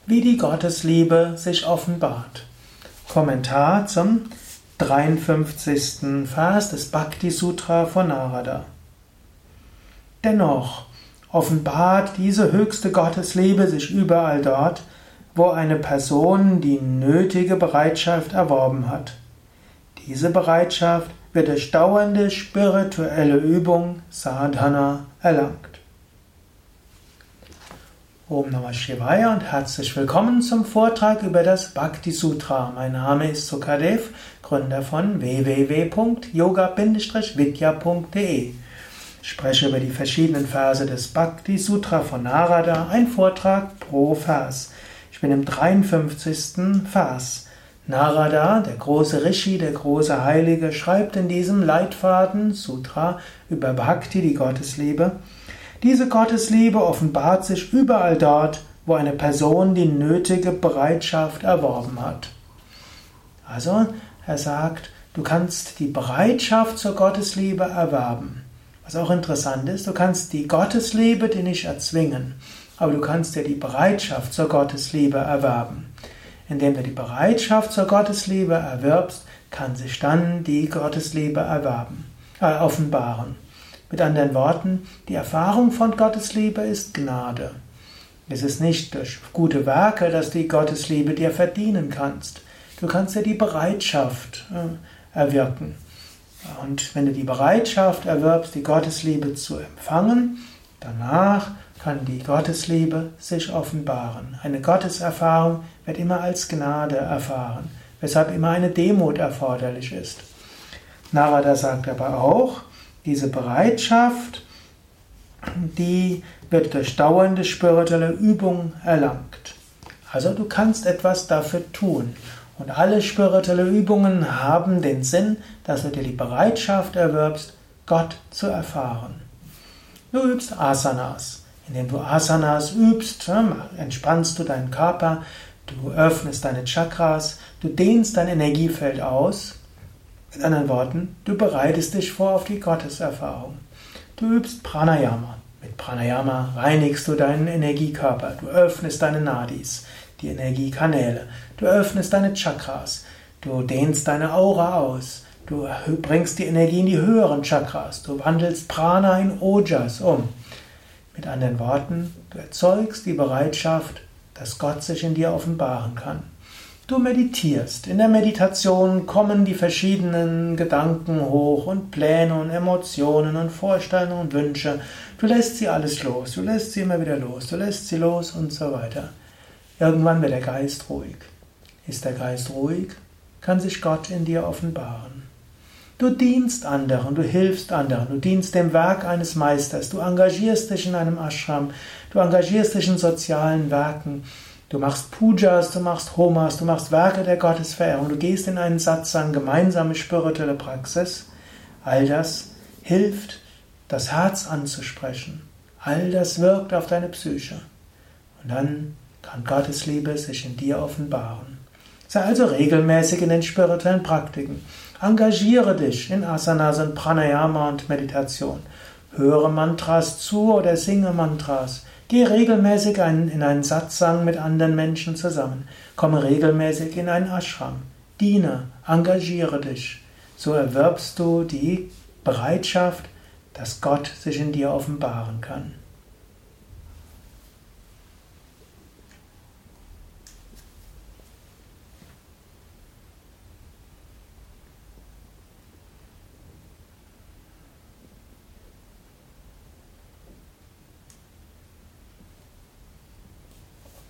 wie die Gottesliebe sich offenbart. Kommentar zum 53. Vers des Bhakti Sutra von Narada. Dennoch offenbart diese höchste Gottesliebe sich überall dort, wo eine Person die nötige Bereitschaft erworben hat. Diese Bereitschaft wird durch dauernde spirituelle Übung Sadhana erlangt. Om Namah Shivaya und herzlich willkommen zum Vortrag über das Bhakti Sutra. Mein Name ist Sukadev, Gründer von www.yoga-vidya.de. Ich spreche über die verschiedenen Verse des Bhakti Sutra von Narada, ein Vortrag pro Vers. Ich bin im 53. Vers. Narada, der große Rishi, der große Heilige, schreibt in diesem Leitfaden Sutra über Bhakti, die Gottesliebe: Diese Gottesliebe offenbart sich überall dort, wo eine Person die nötige Bereitschaft erworben hat. Also, er sagt, du kannst die Bereitschaft zur Gottesliebe erwerben. Was auch interessant ist, du kannst die Gottesliebe dir nicht erzwingen, aber du kannst dir die Bereitschaft zur Gottesliebe erwerben. Indem du die Bereitschaft zur Gottesliebe erwirbst, kann sich dann die Gottesliebe offenbaren. Mit anderen Worten, die Erfahrung von Gottesliebe ist Gnade. Es ist nicht durch gute Werke, dass du die Gottesliebe dir verdienen kannst. Du kannst dir die Bereitschaft erwirken. Und wenn du die Bereitschaft erwirbst, die Gottesliebe zu empfangen, danach kann die Gottesliebe sich offenbaren. Eine Gotteserfahrung wird immer als Gnade erfahren, weshalb immer eine Demut erforderlich ist. Narada sagt aber auch, diese Bereitschaft, die wird durch dauernde spirituelle Übung erlangt. Also du kannst etwas dafür tun. Und alle spirituelle Übungen haben den Sinn, dass du dir die Bereitschaft erwirbst, Gott zu erfahren. Du übst Asanas. Indem du Asanas übst, entspannst du deinen Körper, du öffnest deine Chakras, du dehnst dein Energiefeld aus. Mit anderen Worten, du bereitest dich vor auf die Gotteserfahrung. Du übst Pranayama. Mit Pranayama reinigst du deinen Energiekörper, du öffnest deine Nadis, die Energiekanäle, du öffnest deine Chakras, du dehnst deine Aura aus, du bringst die Energie in die höheren Chakras, du wandelst Prana in Ojas um. Mit anderen Worten, du erzeugst die Bereitschaft, dass Gott sich in dir offenbaren kann. Du meditierst. In der Meditation kommen die verschiedenen Gedanken hoch und Pläne und Emotionen und Vorstellungen und Wünsche. Du lässt sie alles los, du lässt sie immer wieder los, du lässt sie los und so weiter. Irgendwann wird der Geist ruhig. Ist der Geist ruhig, kann sich Gott in dir offenbaren. Du dienst anderen, du hilfst anderen, du dienst dem Werk eines Meisters, du engagierst dich in einem Ashram, du engagierst dich in sozialen Werken, du machst Pujas, du machst Homas, du machst Werke der Gottesverehrung, du gehst in einen Satsang, gemeinsame spirituelle Praxis. All das hilft, das Herz anzusprechen. All das wirkt auf deine Psyche. Und dann kann Gottes Liebe sich in dir offenbaren. Sei also regelmäßig in den spirituellen Praktiken. Engagiere dich in Asanas und Pranayama und Meditation. Höre Mantras zu oder singe Mantras. Geh regelmäßig in einen Satsang mit anderen Menschen zusammen. Komme regelmäßig in einen Ashram. Diene, engagiere dich. So erwirbst du die Bereitschaft, dass Gott sich in dir offenbaren kann.